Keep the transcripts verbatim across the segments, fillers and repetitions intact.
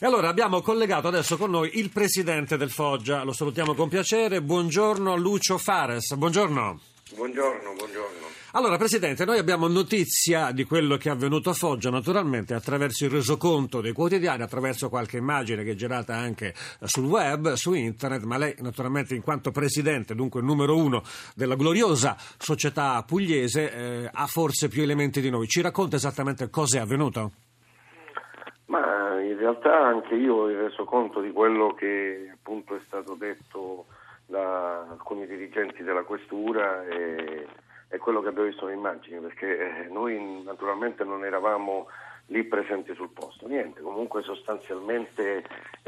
E allora abbiamo collegato adesso con noi il presidente del Foggia, lo salutiamo con piacere. Buongiorno Lucio Fares, buongiorno. Buongiorno, buongiorno. Allora Presidente, noi abbiamo notizia di quello che è avvenuto a Foggia naturalmente attraverso il resoconto dei quotidiani, attraverso qualche immagine che è girata anche sul web, su internet, ma lei naturalmente in quanto Presidente, dunque numero uno della gloriosa società pugliese, eh, ha forse più elementi di noi. Ci racconta esattamente cosa è avvenuto? Ma in realtà anche io ho reso conto di quello che appunto è stato detto da alcuni dirigenti della questura e, e quello che abbiamo visto nelle immagini, perché noi naturalmente non eravamo lì presenti sul posto. Niente, comunque sostanzialmente è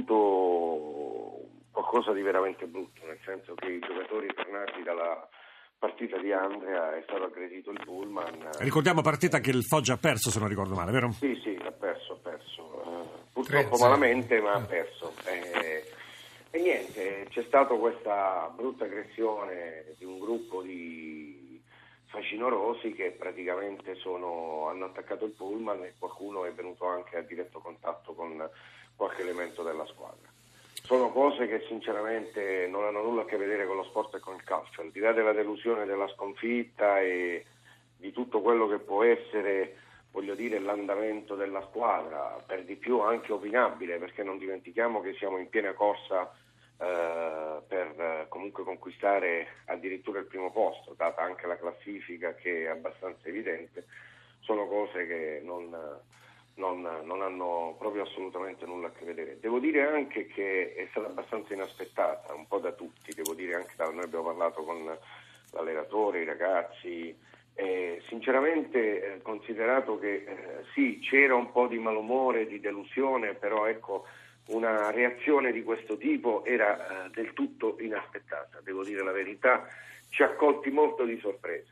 accaduto qualcosa di veramente brutto, nel senso che i giocatori tornati dalla partita di Andria è stato aggredito il pullman. Ricordiamo partita che il Foggia ha perso, se non ricordo male, vero? Sì, sì, ha perso, ha perso. Uh, purtroppo malamente, ma ha perso. E, e niente, c'è stata questa brutta aggressione di un gruppo di facinorosi che praticamente sono, hanno attaccato il pullman e qualcuno è venuto anche a diretto contatto con qualche elemento della squadra. Sono cose che sinceramente non hanno nulla a che vedere con lo sport e con il calcio, al di là della delusione della sconfitta e di tutto quello che può essere, voglio dire, l'andamento della squadra, per di più anche opinabile, perché non dimentichiamo che siamo in piena corsa eh, per eh, comunque conquistare addirittura il primo posto, data anche la classifica che è abbastanza evidente. Sono cose che non... Non, non hanno proprio assolutamente nulla a che vedere. Devo dire anche che è stata abbastanza inaspettata, un po' da tutti, devo dire anche da noi abbiamo parlato con l'allenatore, i ragazzi, e sinceramente eh, considerato che eh, sì, c'era un po' di malumore, di delusione, però ecco, una reazione di questo tipo era eh, del tutto inaspettata, devo dire la verità, ci ha colti molto di sorpresa.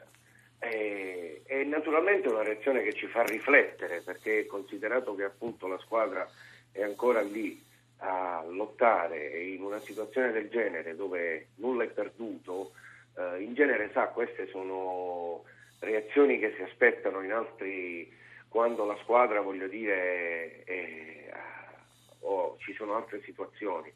E, e naturalmente è una reazione che ci fa riflettere, perché considerato che appunto la squadra è ancora lì a lottare e in una situazione del genere dove nulla è perduto, eh, in genere sa, queste sono reazioni che si aspettano in altri, quando la squadra, voglio dire, è, o ci sono altre situazioni.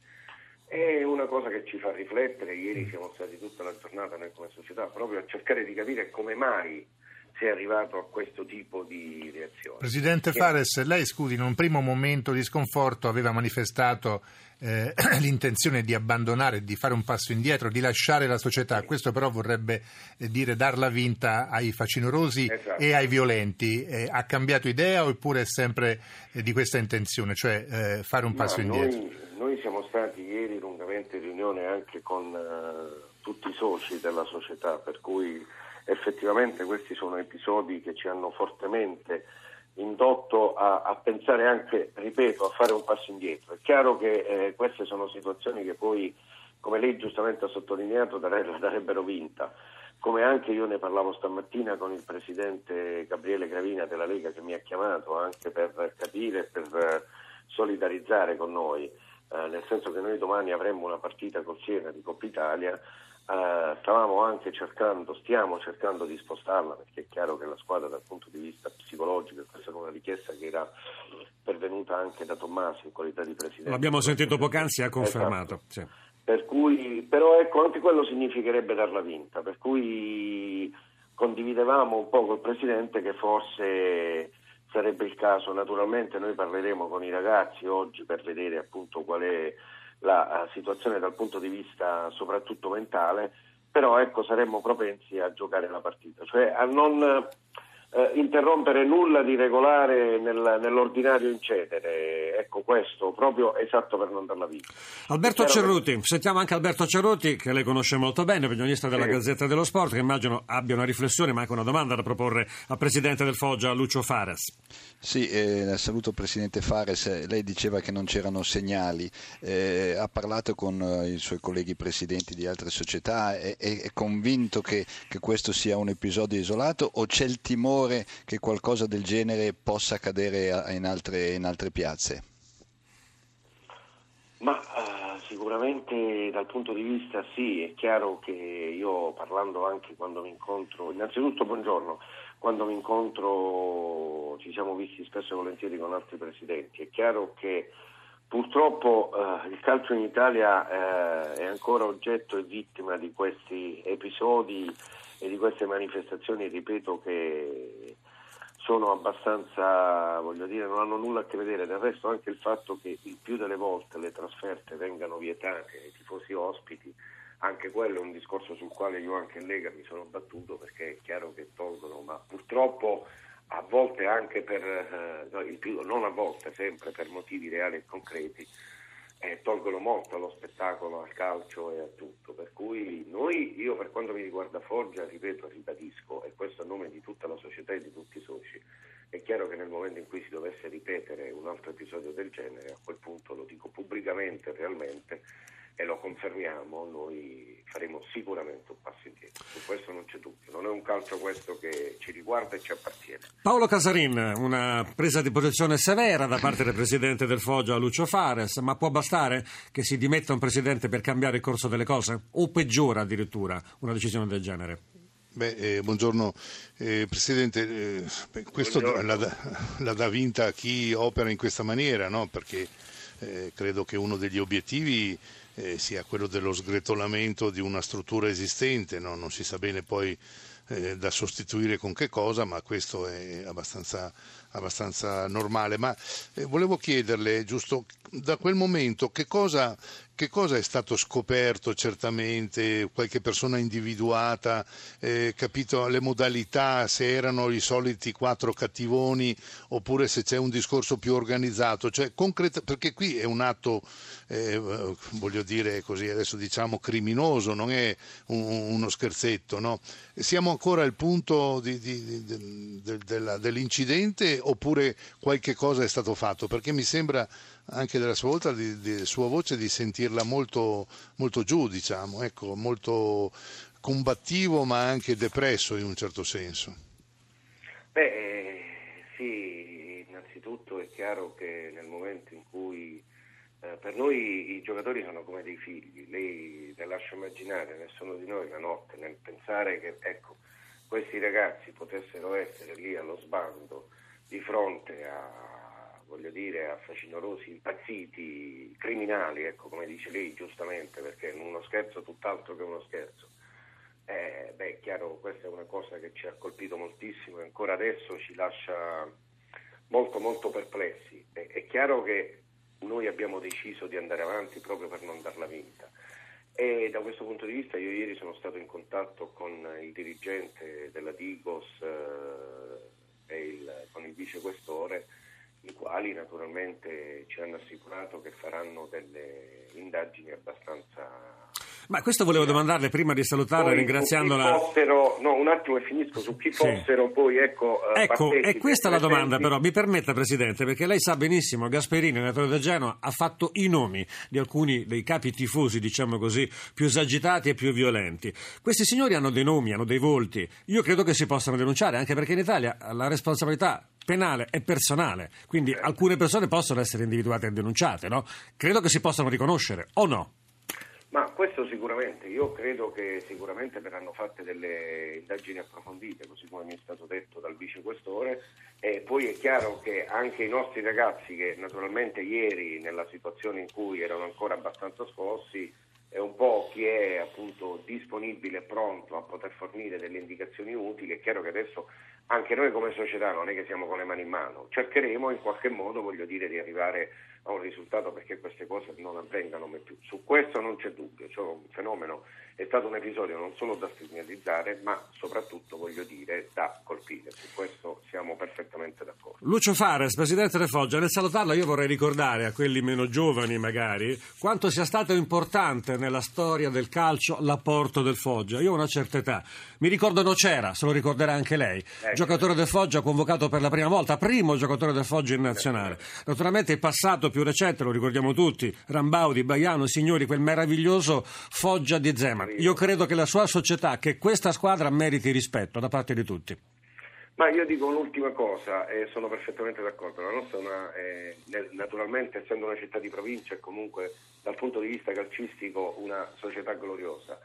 È una cosa che ci fa riflettere. Ieri siamo stati tutta la giornata noi come società proprio a cercare di capire come mai si è arrivato a questo tipo di reazione. Presidente Fares, lei scusi, in un primo momento di sconforto aveva manifestato eh, l'intenzione di abbandonare, di fare un passo indietro, di lasciare la società. Sì. Questo però vorrebbe eh, dire darla vinta ai facinorosi, esatto, e ai violenti. Eh, ha cambiato idea oppure è sempre eh, di questa intenzione, cioè eh, fare un passo Ma indietro? Noi, noi siamo stati ieri lungamente in riunione anche con uh, tutti i soci della società, per cui effettivamente questi sono episodi che ci hanno fortemente indotto a, a pensare anche, ripeto, a fare un passo indietro. È chiaro che eh, queste sono situazioni che poi, come lei giustamente ha sottolineato, dare, darebbero vinta. Come anche io ne parlavo stamattina con il presidente Gabriele Gravina della Lega, che mi ha chiamato anche per capire, per solidarizzare con noi, eh, nel senso che noi domani avremmo una partita col Siena di Coppa Italia. Uh, stavamo anche cercando, stiamo cercando di spostarla, perché è chiaro che la squadra dal punto di vista psicologico, questa era una richiesta che era pervenuta anche da Tommaso in qualità di presidente. L'abbiamo sentito poc'anzi e ha confermato. Esatto. Sì. Per cui, però ecco, anche quello significherebbe darla vinta, per cui condividevamo un po' col presidente che forse sarebbe il caso. Naturalmente noi parleremo con i ragazzi oggi per vedere appunto qual è la situazione dal punto di vista soprattutto mentale, però ecco, saremmo propensi a giocare la partita, cioè a non eh, interrompere nulla di regolare nel, nell'ordinario incedere, ecco, questo proprio esatto, per non darla vinta. Alberto Cerruti, che... sentiamo anche Alberto Cerruti, che lei conosce molto bene, opinionista della sì. Gazzetta dello Sport, che immagino abbia una riflessione ma anche una domanda da proporre al presidente del Foggia, Lucio Fares. Sì, eh, saluto Presidente Fares. Lei diceva che non c'erano segnali, eh, ha parlato con eh, i suoi colleghi presidenti di altre società, è, è, è convinto che, che questo sia un episodio isolato o c'è il timore che qualcosa del genere possa accadere a, in, altre, in altre piazze? Ma uh, sicuramente dal punto di vista sì, è chiaro che io parlando anche quando mi incontro, innanzitutto buongiorno, quando mi incontro ci siamo visti spesso e volentieri con altri presidenti. È chiaro che purtroppo eh, il calcio in Italia eh, è ancora oggetto e vittima di questi episodi e di queste manifestazioni, ripeto, che sono abbastanza, voglio dire, non hanno nulla a che vedere. Del resto anche il fatto che il più delle volte le trasferte vengano vietate ai tifosi ospiti, anche quello è un discorso sul quale io anche in Lega mi sono battuto, perché è chiaro che tolgono, ma purtroppo a volte anche per, eh, no, il più, non a volte, sempre per motivi reali e concreti, eh, tolgono molto allo spettacolo, al calcio e a tutto. Per cui noi, io per quanto mi riguarda Foggia, ripeto, ribadisco, e questo a nome di tutta la società e di tutti i soci, è chiaro che nel momento in cui si dovesse ripetere un altro episodio del genere, a quel punto lo dico pubblicamente, realmente, e lo confermiamo, noi faremo sicuramente un passo indietro. Su questo non c'è dubbio. Non è un calcio questo che ci riguarda e ci appartiene. Paolo Casarin, una presa di posizione severa da parte del presidente del Foggia, Lucio Fares, ma può bastare che si dimetta un presidente per cambiare il corso delle cose? O peggiora addirittura una decisione del genere? Beh, eh, buongiorno eh, Presidente, eh, beh, questo la, la dà vinta a chi opera in questa maniera, no? Perché eh, credo che uno degli obiettivi eh, sia quello dello sgretolamento di una struttura esistente, no? Non si sa bene poi eh, da sostituire con che cosa, ma questo è abbastanza, abbastanza normale. Ma eh, volevo chiederle, giusto da quel momento, che cosa... Che cosa è stato scoperto certamente, qualche persona individuata, eh, capito le modalità, se erano i soliti quattro cattivoni oppure se c'è un discorso più organizzato, cioè concreta, perché qui è un atto, eh, voglio dire così, adesso diciamo criminoso, non è un, uno scherzetto, no? Siamo ancora al punto di, di, di, de, della, dell'incidente oppure qualche cosa è stato fatto? Perché mi sembra anche della sua volta, di, di sua voce, di sentirla molto, molto giù, diciamo, ecco, molto combattivo ma anche depresso in un certo senso. Beh, eh, sì, innanzitutto è chiaro che nel momento in cui eh, per noi i giocatori sono come dei figli, lei le lascia immaginare, nessuno di noi la notte nel pensare che ecco questi ragazzi potessero essere lì allo sbando di fronte a voglio dire, a facinorosi impazziti, criminali, ecco, come dice lei giustamente, perché uno scherzo tutt'altro che uno scherzo. Eh, beh, chiaro, questa è una cosa che ci ha colpito moltissimo e ancora adesso ci lascia molto molto perplessi. Eh, è chiaro che noi abbiamo deciso di andare avanti proprio per non darla vinta. E da questo punto di vista io ieri sono stato in contatto con il dirigente della Digos eh, e il, con il vicequestore, i quali naturalmente ci hanno assicurato che faranno delle indagini abbastanza... Ma questo volevo domandarle prima di salutarla, ringraziandola. Fossero, no, un attimo e finisco, su chi fossero sì. poi, ecco... Ecco, è questa la domanda però, mi permetta Presidente, perché lei sa benissimo, Gasperini, allenatore del Genoa, ha fatto i nomi di alcuni dei capi tifosi, diciamo così, più esagitati e più violenti. Questi signori hanno dei nomi, hanno dei volti, io credo che si possano denunciare, anche perché in Italia la responsabilità penale è personale, quindi certo. Alcune persone possono essere individuate e denunciate, no? Credo che si possano riconoscere, o no? Ma questo sicuramente, io credo che sicuramente verranno fatte delle indagini approfondite, così come mi è stato detto dal vicequestore, e poi è chiaro che anche i nostri ragazzi, che naturalmente ieri nella situazione in cui erano ancora abbastanza scossi, è un po' chi è appunto disponibile e pronto a poter fornire delle indicazioni utili. È chiaro che adesso anche noi come società non è che siamo con le mani in mano, cercheremo in qualche modo, voglio dire, di arrivare a un risultato perché queste cose non avvengano mai più. Su questo non c'è dubbio, cioè un fenomeno, è stato un episodio non solo da stigmatizzare, ma soprattutto, voglio dire, da colpire. Su questo siamo perfettamente d'accordo. Lucio Fares, Presidente del Foggia, nel salutarla io vorrei ricordare a quelli meno giovani magari quanto sia stato importante nella storia del calcio l'apporto del Foggia. Io ho una certa età, mi ricordo Nocera, se lo ricorderà anche lei, eh, giocatore del Foggia convocato per la prima volta, primo giocatore del Foggia in nazionale. Naturalmente il passato più recente lo ricordiamo tutti, Rambaudi, Baiano, Signori, quel meraviglioso Foggia di Zeman. Io credo che la sua società, che questa squadra meriti rispetto da parte di tutti. Ma io dico un'ultima cosa, e eh, sono perfettamente d'accordo. La nostra è una, eh, naturalmente, essendo una città di provincia, è comunque dal punto di vista calcistico una società gloriosa.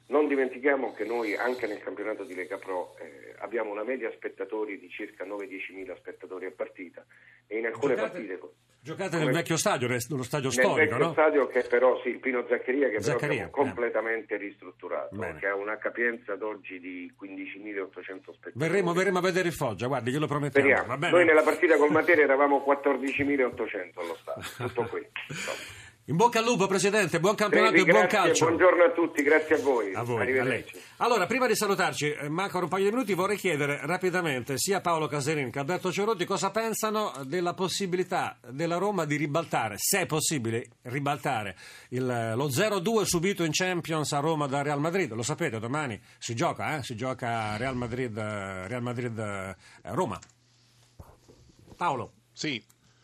Non dimentichiamo che noi anche nel campionato di Lega Pro eh, abbiamo una media spettatori di circa nove dieci mila spettatori a partita e in alcune giocate, partite... Giocate nel vecchio stadio, nello stadio nel storico, vecchio no? stadio che però, sì, il Pino Zaccaria, che Zaccaria, però abbiamo completamente eh. ristrutturato, Bene. che ha una capienza ad oggi di quindicimilaottocento spettatori. Verremo, verremo a vedere il Foggia, guardi, glielo promettiamo. Speriamo. Va bene? Noi nella partita col Matera eravamo quattordicimilaottocento allo stadio, tutto qui. In bocca al lupo, Presidente, buon campionato Previ, e buon grazie, calcio. Buongiorno a tutti, grazie a voi. A voi, Arrivederci. a lei. Allora, prima di salutarci, eh, mancano un paio di minuti, vorrei chiedere rapidamente sia a Paolo Casarin che a Alberto Cerotti cosa pensano della possibilità della Roma di ribaltare, se è possibile ribaltare il, lo zero due subito in Champions a Roma da Real Madrid. Lo sapete, domani si gioca, eh? si gioca Real Madrid, Real Madrid eh, Roma. Paolo. Sì.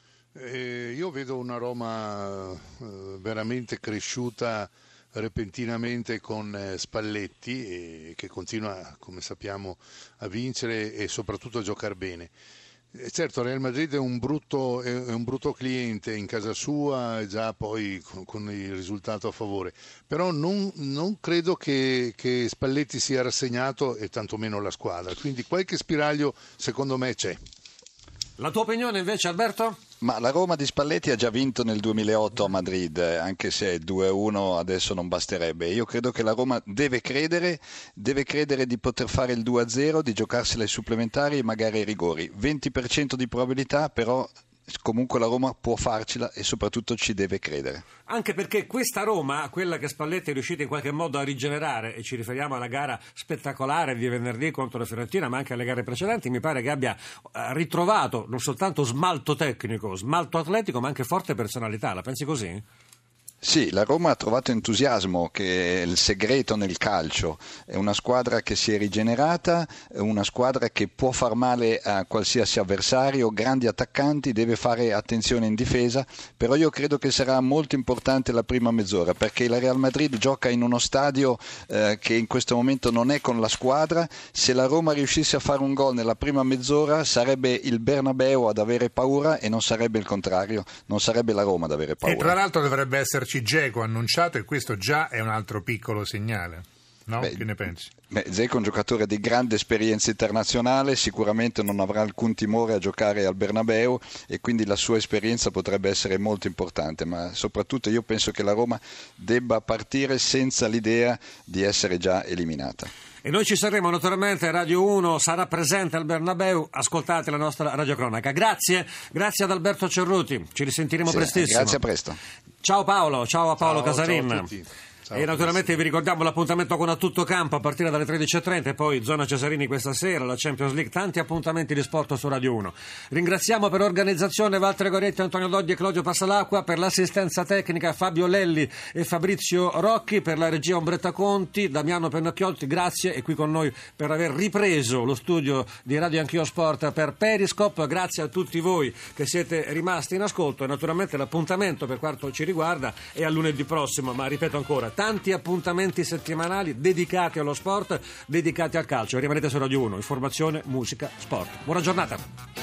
Eh, io vedo una Roma eh, veramente cresciuta repentinamente con eh, Spalletti e che continua, come sappiamo, a vincere e soprattutto a giocare bene. Eh, certo, Real Madrid è un brutto, è, è un brutto cliente in casa sua, già poi con, con il risultato a favore, però non, non credo che, che Spalletti sia rassegnato e tantomeno la squadra, quindi qualche spiraglio secondo me c'è. La tua opinione invece, Alberto? Ma la Roma di Spalletti ha già vinto nel duemilaotto a Madrid, anche se due a uno adesso non basterebbe. Io credo che la Roma deve credere, deve credere di poter fare il due a zero, di giocarsela ai supplementari e magari ai rigori. venti per cento di probabilità, però comunque la Roma può farcela e soprattutto ci deve credere. Anche perché questa Roma, quella che Spalletti è riuscito in qualche modo a rigenerare, e ci riferiamo alla gara spettacolare di venerdì contro la Fiorentina, ma anche alle gare precedenti, mi pare che abbia ritrovato non soltanto smalto tecnico, smalto atletico, ma anche forte personalità. La pensi così? Sì, la Roma ha trovato entusiasmo, che è il segreto nel calcio. È una squadra che si è rigenerata, è una squadra che può far male a qualsiasi avversario, grandi attaccanti, deve fare attenzione in difesa, però io credo che sarà molto importante la prima mezz'ora, perché la Real Madrid gioca in uno stadio eh, che in questo momento non è con la squadra. Se la Roma riuscisse a fare un gol nella prima mezz'ora sarebbe il Bernabeu ad avere paura e non sarebbe il contrario, non sarebbe la Roma ad avere paura. E tra l'altro dovrebbe esserci Dzeko annunciato e questo già è un altro piccolo segnale, no? Beh, che ne pensi? Beh, Dzeko è un giocatore di grande esperienza internazionale, sicuramente non avrà alcun timore a giocare al Bernabeu e quindi la sua esperienza potrebbe essere molto importante, ma soprattutto io penso che la Roma debba partire senza l'idea di essere già eliminata. E noi ci saremo naturalmente, Radio uno sarà presente al Bernabeu, ascoltate la nostra radiocronaca. Grazie, grazie ad Alberto Cerruti, ci risentiremo sì, prestissimo. Grazie, a presto. Ciao Paolo, ciao a Paolo ciao, Casarin. Ciao a tutti. Ciao, e naturalmente vi ricordiamo l'appuntamento con A Tutto Campo a partire dalle tredici e trenta e poi Zona Cesarini questa sera, la Champions League, tanti appuntamenti di sport su Radio uno. Ringraziamo per organizzazione Walter Goretti, Antonio Doddi e Claudio Passalacqua, per l'assistenza tecnica Fabio Lelli e Fabrizio Rocchi, per la regia Ombretta Conti, Damiano Pennacchiotti, grazie, e qui con noi per aver ripreso lo studio di Radio Anch'io Sport per Periscope. Grazie a tutti voi che siete rimasti in ascolto e naturalmente l'appuntamento per quanto ci riguarda è a lunedì prossimo, ma ripeto ancora, tanti appuntamenti settimanali dedicati allo sport, dedicati al calcio. Rimanete su Radio uno, informazione, musica, sport. Buona giornata.